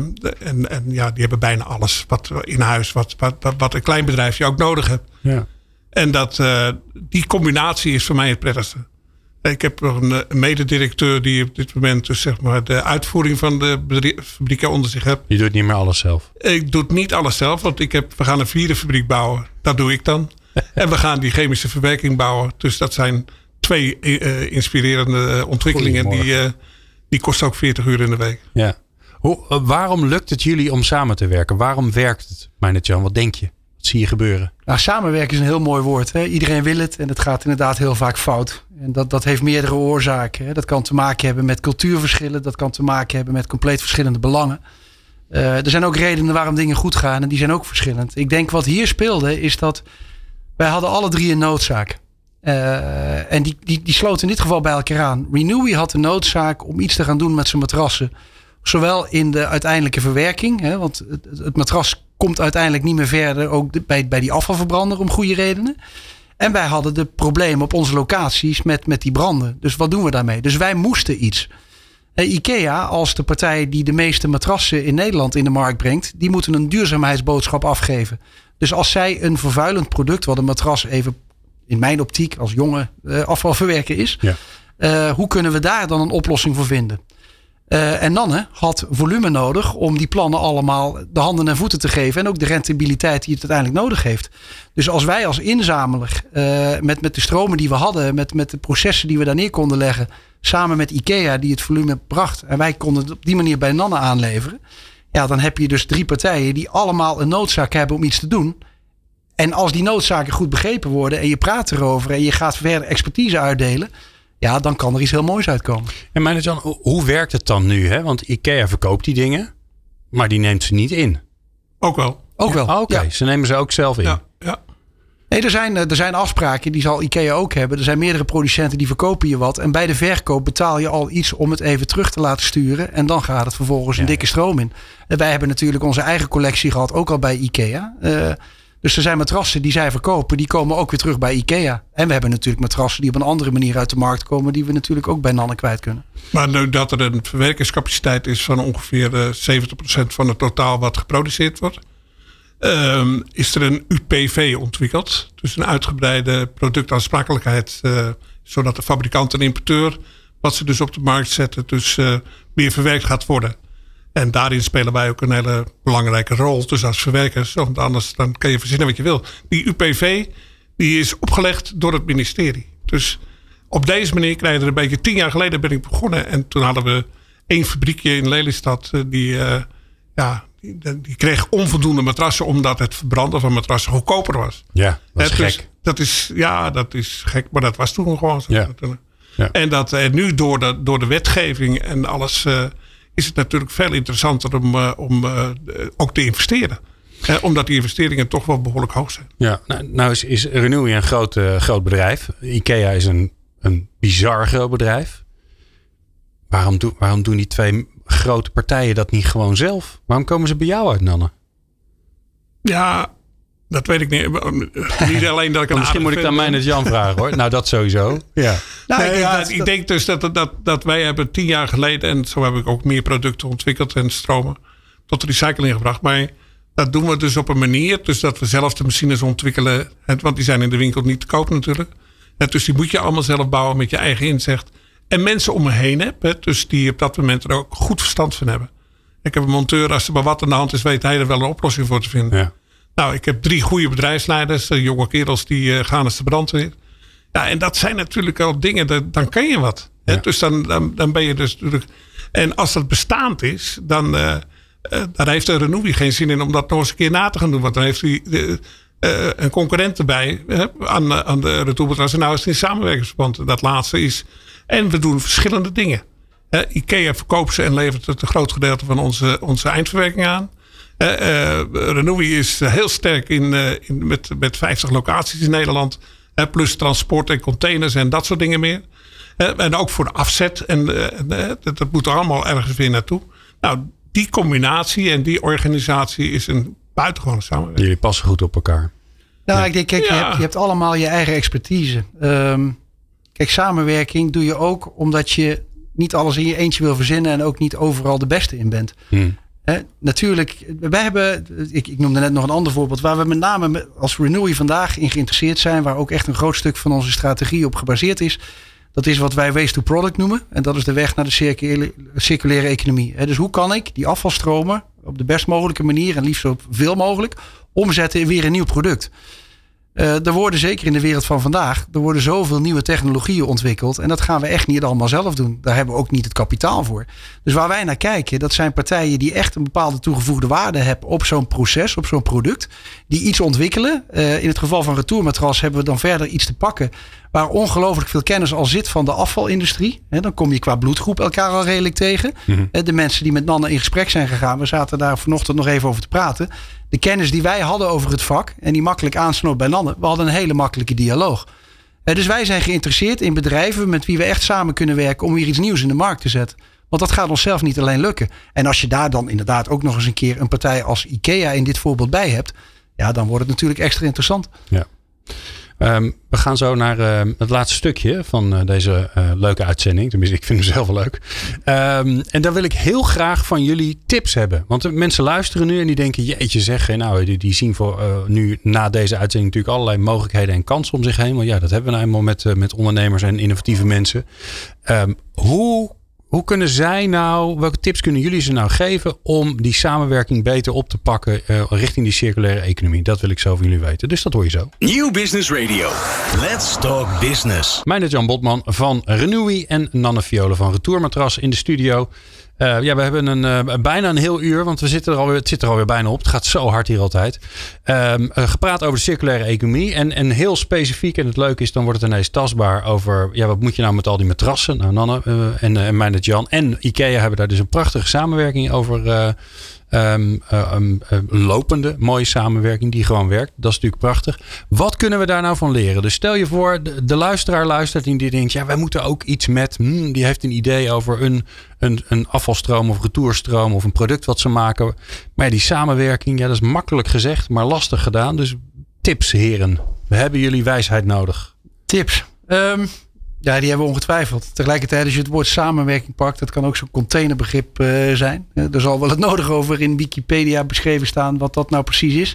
hebben bijna alles wat in huis, wat een klein bedrijfje ook nodig hebt. Ja. En die combinatie is voor mij het prettigste. Ik heb nog een mededirecteur die op dit moment dus zeg maar de uitvoering van de fabrieken onder zich heeft. Je doet niet meer alles zelf? Ik doe niet alles zelf, want we gaan een 4e fabriek bouwen. Dat doe ik dan. En we gaan die chemische verwerking bouwen. Dus dat zijn 2 inspirerende ontwikkelingen. Die kosten ook 40 uur in de week. Ja. Waarom lukt het jullie om samen te werken? Waarom werkt het, Meijnert-Jan? Wat denk je? Wat zie je gebeuren? Nou, samenwerken is een heel mooi woord. Hè? Iedereen wil het en het gaat inderdaad heel vaak fout. En dat heeft meerdere oorzaken. Hè? Dat kan te maken hebben met cultuurverschillen. Dat kan te maken hebben met compleet verschillende belangen. Er zijn ook redenen waarom dingen goed gaan en die zijn ook verschillend. Ik denk wat hier speelde is dat wij hadden alle 3 een noodzaak. En die sloten in dit geval bij elkaar aan. Renewy had de noodzaak om iets te gaan doen met zijn matrassen. Zowel in de uiteindelijke verwerking. Hè, want het matras komt uiteindelijk niet meer verder. Ook bij die afvalverbrander om goede redenen. En wij hadden de problemen op onze locaties met die branden. Dus wat doen we daarmee? Dus wij moesten iets. IKEA als de partij die de meeste matrassen in Nederland in de markt brengt. Die moeten een duurzaamheidsboodschap afgeven. Dus als zij een vervuilend product. Wat een matras even in mijn optiek als jonge afvalverwerker is. Ja. Hoe kunnen we daar dan een oplossing voor vinden? En Nanne had volume nodig om die plannen allemaal de handen en voeten te geven. En ook de rentabiliteit die het uiteindelijk nodig heeft. Dus als wij als inzameler met de stromen die we hadden. Met de processen die we daar neer konden leggen. Samen met IKEA die het volume bracht. En wij konden het op die manier bij Nanne aanleveren. Ja, dan heb je dus 3 partijen die allemaal een noodzaak hebben om iets te doen. En als die noodzaken goed begrepen worden. En je praat erover en je gaat verder expertise uitdelen. Ja, dan kan er iets heel moois uitkomen. En Meijnert-Jan, hoe werkt het dan nu? Hè? Want IKEA verkoopt die dingen, maar die neemt ze niet in. Ook wel. Oké, ja. Ze nemen ze ook zelf in. Ja. Nee, er zijn afspraken, die zal IKEA ook hebben. Er zijn meerdere producenten die verkopen je wat. En bij de verkoop betaal je al iets om het even terug te laten sturen. En dan gaat het vervolgens een dikke stroom in. En wij hebben natuurlijk onze eigen collectie gehad, ook al bij IKEA. Dus er zijn matrassen die zij verkopen, die komen ook weer terug bij IKEA. En we hebben natuurlijk matrassen die op een andere manier uit de markt komen, die we natuurlijk ook bij Nanne kwijt kunnen. Maar nu dat er een verwerkingscapaciteit is van ongeveer 70% van het totaal wat geproduceerd wordt, is er een UPV ontwikkeld. Dus een uitgebreide productaansprakelijkheid, zodat de fabrikant en importeur, wat ze dus op de markt zetten, dus meer verwerkt gaat worden. En daarin spelen wij ook een hele belangrijke rol. Dus als verwerkers, want anders dan kan je verzinnen wat je wil. Die UPV die is opgelegd door het ministerie. Dus op deze manier krijg je er een beetje. 10 jaar geleden ben ik begonnen. En toen hadden we 1 fabriekje in Lelystad. Die kreeg onvoldoende matrassen. Omdat het verbranden van matrassen goedkoper was. Ja, dat is gek. Dat is gek. Maar dat was toen gewoon zo. Ja. Ja. En nu door de wetgeving en alles, is het natuurlijk veel interessanter om ook te investeren. Omdat die investeringen toch wel behoorlijk hoog zijn. Ja, nou is Renewy een groot bedrijf. IKEA is een bizar groot bedrijf. Waarom doen die 2 grote partijen dat niet gewoon zelf? Waarom komen ze bij jou uit, Nanne? Ja, dat weet ik niet. Niet alleen dat ik misschien moet ik dan Meijnert-Jan vragen, hoor. Nou, dat sowieso. Ja. Ik denk dus dat wij hebben 10 jaar geleden, en zo heb ik ook meer producten ontwikkeld en stromen tot recycling gebracht. Maar dat doen we dus op een manier, dus dat we zelf de machines ontwikkelen. Want die zijn in de winkel niet te koop natuurlijk. Dus die moet je allemaal zelf bouwen met je eigen inzicht. En mensen om me heen hebben, dus die op dat moment er ook goed verstand van hebben. Ik heb een monteur, als er maar wat aan de hand is, weet hij er wel een oplossing voor te vinden. Ja. Nou, ik heb 3 goede bedrijfsleiders, jonge kerels die gaan als de brandweer. Ja, en dat zijn natuurlijk al dingen, dan kan je wat. Ja. Dus dan ben je dus natuurlijk. En als dat bestaand is, dan heeft de Renewy geen zin in om dat nog eens een keer na te gaan doen. Want dan heeft hij een concurrent erbij aan de retourmatrassen. Nou is het in samenwerkingsverband. Dat laatste is. En we doen verschillende dingen. IKEA verkoopt ze en levert het een groot gedeelte van onze eindverwerking aan. Renewi is heel sterk met 50 locaties in Nederland. Plus transport en containers en dat soort dingen meer. En ook voor de afzet. En dat moet er allemaal ergens weer naartoe. Nou, die combinatie en die organisatie is een buitengewone samenwerking. Jullie passen goed op elkaar. Nou, ik denk, kijk, je hebt allemaal je eigen expertise. Kijk, samenwerking doe je ook omdat je niet alles in je eentje wil verzinnen en ook niet overal de beste in bent. Natuurlijk, wij hebben, ik noemde net nog een ander voorbeeld, waar we met name als Renewi vandaag in geïnteresseerd zijn, waar ook echt een groot stuk van onze strategie op gebaseerd is. Dat is wat wij waste to product noemen. En dat is de weg naar de circulaire economie. Dus hoe kan ik die afvalstromen op de best mogelijke manier en liefst zo veel mogelijk omzetten in weer een nieuw product. Er worden zeker in de wereld van vandaag, er worden zoveel nieuwe technologieën ontwikkeld. En dat gaan we echt niet allemaal zelf doen. Daar hebben we ook niet het kapitaal voor. Dus waar wij naar kijken, dat zijn partijen die echt een bepaalde toegevoegde waarde hebben op zo'n proces, op zo'n product. Die iets ontwikkelen. In het geval van Retourmatras hebben we dan verder iets te pakken waar ongelooflijk veel kennis al zit van de afvalindustrie. Dan kom je qua bloedgroep elkaar al redelijk tegen. De mensen die met Nanne in gesprek zijn gegaan. We zaten daar vanochtend nog even over te praten. De kennis die wij hadden over het vak en die makkelijk aansloot bij Nanne. We hadden een hele makkelijke dialoog. Dus wij zijn geïnteresseerd in bedrijven met wie we echt samen kunnen werken om weer iets nieuws in de markt te zetten. Want dat gaat onszelf niet alleen lukken. En als je daar dan inderdaad ook nog eens een keer een partij als IKEA in dit voorbeeld bij hebt. Ja, dan wordt het natuurlijk extra interessant. Ja. We gaan zo naar het laatste stukje van deze leuke uitzending. Tenminste, ik vind hem zelf wel leuk. En daar wil ik heel graag van jullie tips hebben. Want de mensen luisteren nu en die denken, jeetje zeg. Nou, die zien nu na deze uitzending natuurlijk allerlei mogelijkheden en kansen om zich heen. Want ja, dat hebben we nou eenmaal met ondernemers en innovatieve mensen. Hoe kunnen zij nou, welke tips kunnen jullie ze nou geven om die samenwerking beter op te pakken richting die circulaire economie? Dat wil ik zo van jullie weten. Dus dat hoor je zo. Nieuw Business Radio. Let's talk business. Meijnerd-Jan Botman van Renewi en Nanne Viola van Retourmatras in de studio. We hebben bijna een heel uur, want het zit er alweer bijna op. Het gaat zo hard hier altijd. Gepraat over de circulaire economie. En heel specifiek, en het leuke is, dan wordt het ineens tastbaar over, wat moet je nou met al die matrassen? Nou, Nanne en Meijnerd-Jan en IKEA hebben daar dus een prachtige samenwerking over. Lopende, mooie samenwerking die gewoon werkt. Dat is natuurlijk prachtig. Wat kunnen we daar nou van leren? Dus stel je voor, de luisteraar luistert en die denkt, wij moeten ook iets met, die heeft een idee over een afvalstroom of retourstroom of een product wat ze maken. Maar die samenwerking, dat is makkelijk gezegd, maar lastig gedaan. Dus tips, heren. We hebben jullie wijsheid nodig. Tips. Ja, die hebben we ongetwijfeld. Tegelijkertijd, als je het woord samenwerking pakt, dat kan ook zo'n containerbegrip zijn. Er zal wel het nodig over in Wikipedia beschreven staan wat dat nou precies is.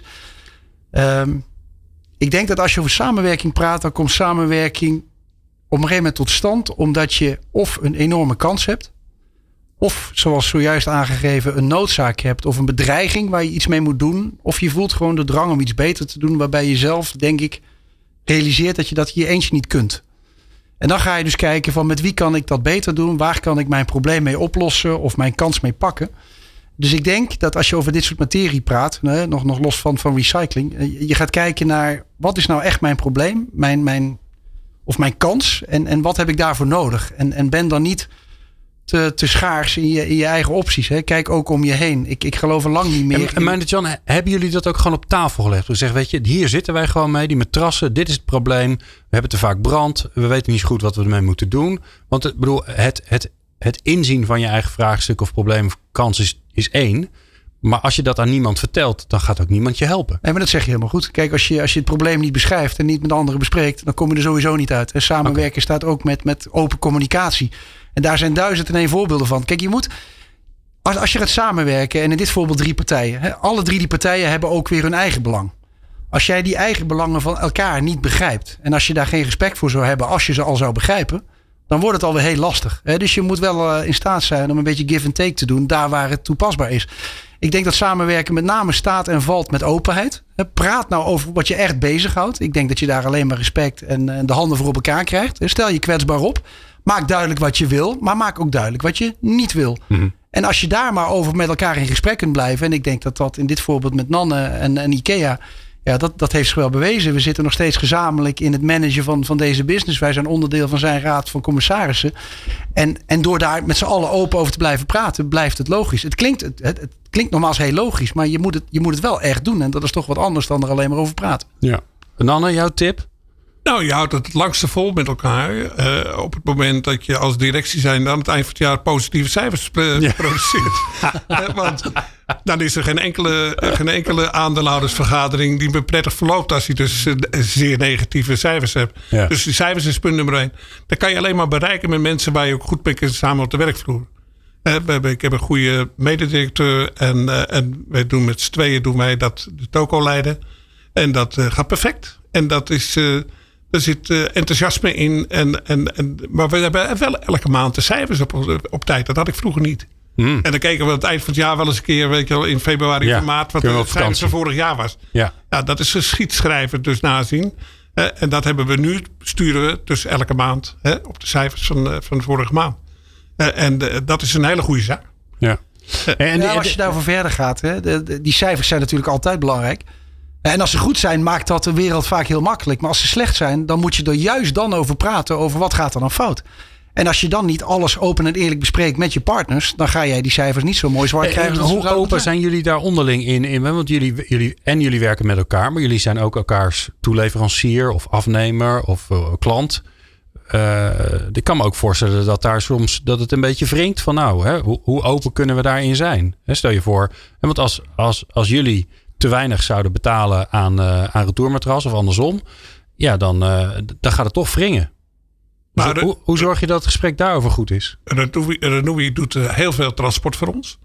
Ik denk dat als je over samenwerking praat, dan komt samenwerking op een gegeven moment tot stand, omdat je of een enorme kans hebt, of zoals zojuist aangegeven een noodzaak hebt, of een bedreiging waar je iets mee moet doen, of je voelt gewoon de drang om iets beter te doen, waarbij je zelf, denk ik, realiseert dat je dat in je eentje niet kunt. En dan ga je dus kijken van met wie kan ik dat beter doen? Waar kan ik mijn probleem mee oplossen of mijn kans mee pakken? Dus ik denk dat als je over dit soort materie praat, nog los van recycling, je gaat kijken naar wat is nou echt mijn probleem, mijn kans en wat heb ik daarvoor nodig? En ben dan niet te schaars in je eigen opties. Hè? Kijk ook om je heen. Ik geloof er lang niet meer. En Meijnerd-Jan, hebben jullie dat ook gewoon op tafel gelegd? We zeggen, weet je, hier zitten wij gewoon mee. Die matrassen, dit is het probleem. We hebben te vaak brand. We weten niet zo goed wat we ermee moeten doen. Want ik bedoel, het inzien van je eigen vraagstuk of probleem of kans is één. Maar als je dat aan niemand vertelt, dan gaat ook niemand je helpen. Nee, maar dat zeg je helemaal goed. Kijk, als je het probleem niet beschrijft en niet met anderen bespreekt, dan kom je er sowieso niet uit. En samenwerken staat ook met open communicatie. En daar zijn 1001 voorbeelden van. Kijk, je moet, als je gaat samenwerken, en in dit voorbeeld 3 partijen. Alle 3 die partijen hebben ook weer hun eigen belang. Als jij die eigen belangen van elkaar niet begrijpt, en als je daar geen respect voor zou hebben, als je ze al zou begrijpen, dan wordt het alweer heel lastig. Dus je moet wel in staat zijn om een beetje give and take te doen, daar waar het toepasbaar is. Ik denk dat samenwerken met name staat en valt met openheid. Praat nou over wat je echt bezighoudt. Ik denk dat je daar alleen maar respect en de handen voor op elkaar krijgt. Stel je kwetsbaar op. Maak duidelijk wat je wil, maar maak ook duidelijk wat je niet wil. Mm-hmm. En als je daar maar over met elkaar in gesprek kunt blijven. En ik denk dat dat in dit voorbeeld met Nanne en IKEA. Ja, dat heeft zich wel bewezen. We zitten nog steeds gezamenlijk in het managen van deze business. Wij zijn onderdeel van zijn raad van commissarissen. En door daar met z'n allen open over te blijven praten, blijft het logisch. Het klinkt klinkt nogmaals heel logisch, maar je moet het wel echt doen. En dat is toch wat anders dan er alleen maar over praten. Ja. En Anne, jouw tip? Nou, je houdt het langste vol met elkaar. Op het moment dat je als directie zijn aan het eind van het jaar positieve cijfers produceert. Want dan is er geen enkele aandeelhoudersvergadering die me prettig verloopt als je dus zeer negatieve cijfers hebt. Ja. Dus die cijfers is punt nummer 1. Dat kan je alleen maar bereiken met mensen waar je ook goed mee kunt samen op de werkvloer. Ik heb een goede mededirecteur en wij doen met z'n tweeën de toko leiden. En dat gaat perfect. En dat is... Er zit enthousiasme in. Maar we hebben wel elke maand de cijfers op tijd. Dat had ik vroeger niet. En dan keken we aan het eind van het jaar wel eens een keer, weet je wel, in februari of maart, wat de cijfers van vorig jaar was. Ja, dat is geschiedschrijver dus nazien. En dat hebben we nu, sturen we dus elke maand op de cijfers van de vorige maand. En dat is een hele goede zaak. Ja. Als je daarover verder gaat, die cijfers zijn natuurlijk altijd belangrijk. En als ze goed zijn, maakt dat de wereld vaak heel makkelijk. Maar als ze slecht zijn, dan moet je er juist dan over praten. Over wat gaat er dan fout. En als je dan niet alles open en eerlijk bespreekt met je partners, dan ga jij die cijfers niet zo mooi zwart krijgen. Hoe open zijn jullie daar onderling in? Want jullie werken met elkaar, maar jullie zijn ook elkaars toeleverancier of afnemer of klant. Ik kan me ook voorstellen dat daar soms dat het een beetje wringt van hoe open kunnen we daarin zijn? Stel je voor, want als jullie te weinig zouden betalen aan retourmatras of andersom, ja, dan gaat het toch wringen. Dus hoe zorg je dat het gesprek daarover goed is? Renewi doet heel veel transport voor ons.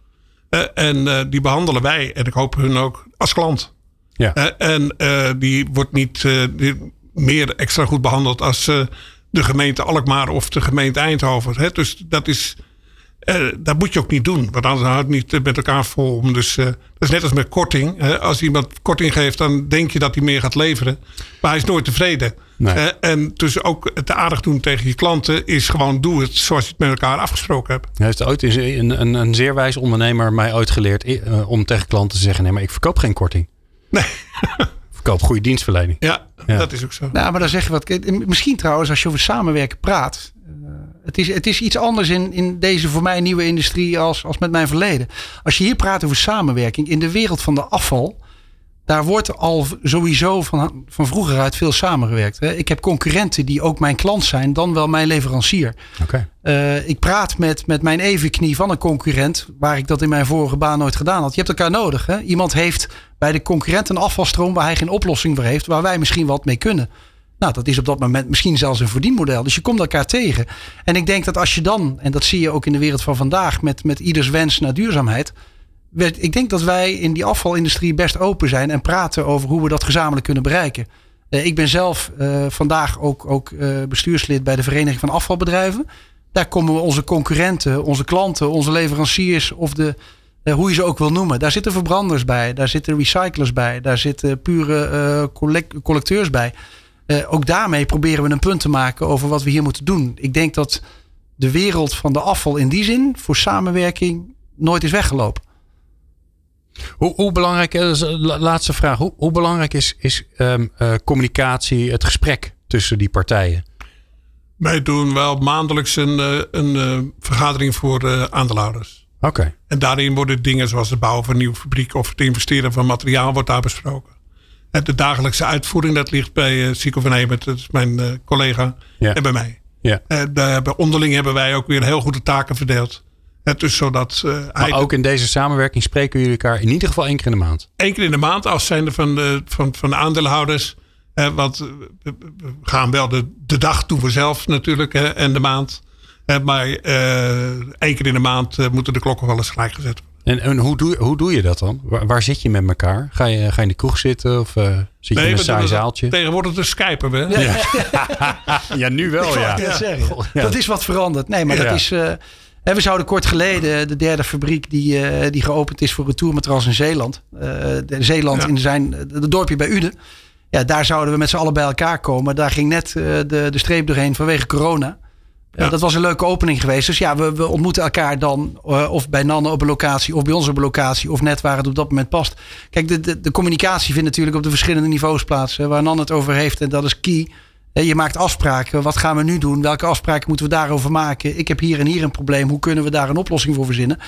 En die behandelen wij, en ik hoop hun ook, als klant. Ja. En die wordt niet meer extra goed behandeld als de gemeente Alkmaar of de gemeente Eindhoven. Dus dat is... dat moet je ook niet doen. Want anders houdt het niet met elkaar vol. Dus dat is net als met korting. Als iemand korting geeft, dan denk je dat hij meer gaat leveren. Maar hij is nooit tevreden. Nee. En dus ook het aardig doen tegen je klanten is gewoon doe het zoals je het met elkaar afgesproken hebt. Heeft ooit een zeer wijs ondernemer mij ooit geleerd om tegen klanten te zeggen: nee, maar ik verkoop geen korting. Nee. Ik verkoop goede dienstverlening. Ja, dat is ook zo. Nou, maar dan zeg je wat. Misschien trouwens, als je over samenwerken praat. Het is iets anders in deze voor mij nieuwe industrie als met mijn verleden. Als je hier praat over samenwerking in de wereld van de afval, daar wordt al sowieso van vroeger uit veel samengewerkt. Ik heb concurrenten die ook mijn klant zijn, dan wel mijn leverancier. Okay. Ik praat met mijn evenknie van een concurrent, waar ik dat in mijn vorige baan nooit gedaan had. Je hebt elkaar nodig. Hè? Iemand heeft bij de concurrent een afvalstroom waar hij geen oplossing voor heeft, waar wij misschien wat mee kunnen. Nou, dat is op dat moment misschien zelfs een verdienmodel. Dus je komt elkaar tegen. En ik denk dat als je dan, en dat zie je ook in de wereld van vandaag, met ieders wens naar duurzaamheid. Ik denk dat wij in die afvalindustrie best open zijn en praten over hoe we dat gezamenlijk kunnen bereiken. Ik ben zelf vandaag ook bestuurslid bij de Vereniging van Afvalbedrijven. Daar komen we onze concurrenten, onze klanten, onze leveranciers of hoe je ze ook wil noemen. Daar zitten verbranders bij, daar zitten recyclers bij, daar zitten pure collecteurs bij. Ook daarmee proberen we een punt te maken over wat we hier moeten doen. Ik denk dat de wereld van de afval in die zin voor samenwerking nooit is weggelopen. Hoe belangrijk, laatste vraag. Hoe belangrijk is communicatie, het gesprek tussen die partijen? Wij doen wel maandelijks een vergadering voor aandeelhouders. Okay. En daarin worden dingen zoals het bouwen van een nieuwe fabriek of het investeren van materiaal wordt daar besproken. En de dagelijkse uitvoering, dat ligt bij Sico van Hemert, dat is mijn collega, en bij mij. Ja. Onderling hebben wij ook weer heel goede taken verdeeld. Dus zodat, maar ook in deze samenwerking spreken jullie elkaar in ieder geval 1 keer in de maand? 1 keer in de maand, als zijnde van de aandeelhouders. Want we gaan wel de dag doen we zelf natuurlijk en de maand. Maar 1 keer in de maand moeten de klokken wel eens gelijk gezet worden. En hoe doe je dat dan? Waar zit je met elkaar? Ga je in de kroeg zitten of zit je in een saai zaaltje? Tegenwoordig te skypen we. Ja, nu wel. Dat is wat veranderd. Nee, maar dat is... we zouden kort geleden de 3e fabriek die geopend is voor retourmatras in Zeeland. In het dorpje bij Uden. Ja, daar zouden we met z'n allen bij elkaar komen. Daar ging net de streep doorheen vanwege corona. Ja. Dat was een leuke opening geweest. Dus ja, we ontmoeten elkaar dan of bij Nanne op een locatie of bij ons op een locatie of net waar het op dat moment past. Kijk, de communicatie vindt natuurlijk op de verschillende niveaus plaats. Waar Nanne het over heeft en dat is key. Je maakt afspraken. Wat gaan we nu doen? Welke afspraken moeten we daarover maken? Ik heb hier en hier een probleem. Hoe kunnen we daar een oplossing voor verzinnen?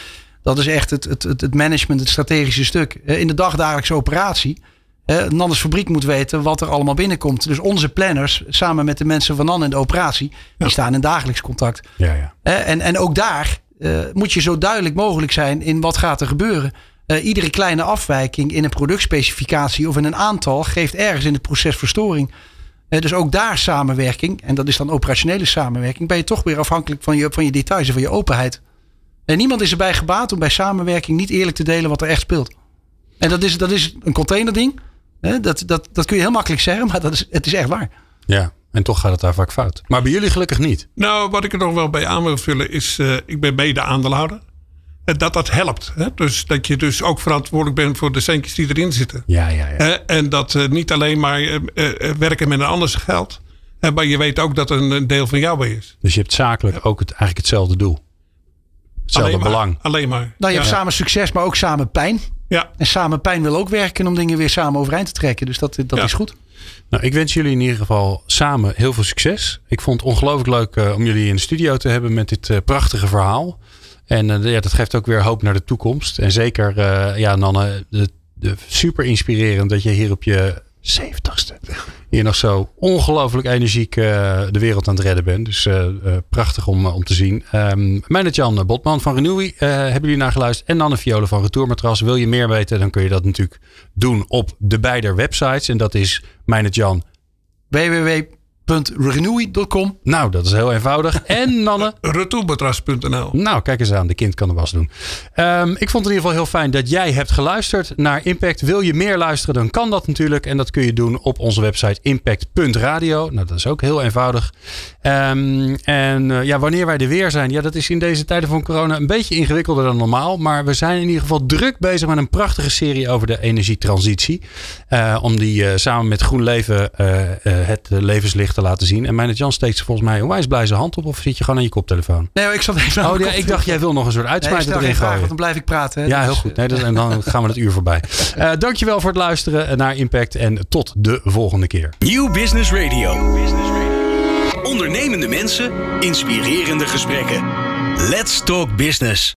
Dat is echt het management, het strategische stuk. In de dagdagelijkse operatie. Nannes fabriek moet weten wat er allemaal binnenkomt. Dus onze planners, samen met de mensen van Nan in de operatie, die staan in dagelijks contact. Ja. En ook daar moet je zo duidelijk mogelijk zijn in wat gaat er gebeuren. Iedere kleine afwijking in een productspecificatie of in een aantal geeft ergens in het proces verstoring. Dus ook daar samenwerking, en dat is dan operationele samenwerking, ben je toch weer afhankelijk van je details en van je openheid. En niemand is erbij gebaat om bij samenwerking niet eerlijk te delen wat er echt speelt. En dat is een containerding. Dat kun je heel makkelijk zeggen, maar het is echt waar. Ja, en toch gaat het daar vaak fout. Maar bij jullie gelukkig niet. Nou, wat ik er nog wel bij aan wil vullen is, ik ben mede aandeelhouder. Dat helpt. Hè? Dus dat je dus ook verantwoordelijk bent voor de centjes die erin zitten. Ja. En dat niet alleen maar werken met een anders geld. Maar je weet ook dat er een deel van jou bij is. Dus je hebt zakelijk ook eigenlijk hetzelfde doel. Hetzelfde belang. Alleen maar. Nou, je hebt samen succes, maar ook samen pijn. Ja. En samen pijn wil ook werken om dingen weer samen overeind te trekken. Dus dat is goed. Nou, ik wens jullie in ieder geval samen heel veel succes. Ik vond het ongelooflijk leuk om jullie in de studio te hebben met dit prachtige verhaal. En dat geeft ook weer hoop naar de toekomst. En zeker, Nanne, super inspirerend dat je hier op je 70ste hier nog zo ongelooflijk energiek de wereld aan het redden bent. Dus prachtig om te zien. Meijnert-Jan Botman van Renewi hebben jullie naar geluisterd. En Nanne Viola van Retourmatras. Wil je meer weten, dan kun je dat natuurlijk doen op de beide websites. En dat is Meijnert-Jan www.renewi.com. Nou, dat is heel eenvoudig. En Nanne? Retourmatras.nl. Nou, kijk eens aan. De kind kan de was doen. Ik vond het in ieder geval heel fijn dat jij hebt geluisterd naar Impact. Wil je meer luisteren, dan kan dat natuurlijk. En dat kun je doen op onze website impact.radio. Nou, dat is ook heel eenvoudig. Wanneer wij er weer zijn. Ja, dat is in deze tijden van corona een beetje ingewikkelder dan normaal. Maar we zijn in ieder geval druk bezig met een prachtige serie over de energietransitie. Om die samen met GroenLeven het levenslicht te laten zien. En Meijnert-Jan steekt volgens mij onwijs blij zijn hand op. Of zit je gewoon aan je koptelefoon? Nee, ik zat even aan ik dacht jij wil nog een soort uitsmijter erin gooien. Want dan blijf ik praten. Hè? Ja, heel goed. Nee, en dan gaan we het uur voorbij. Dankjewel voor het luisteren naar Impact. En tot de volgende keer. Nieuw Business Radio. Ondernemende mensen, inspirerende gesprekken. Let's talk business.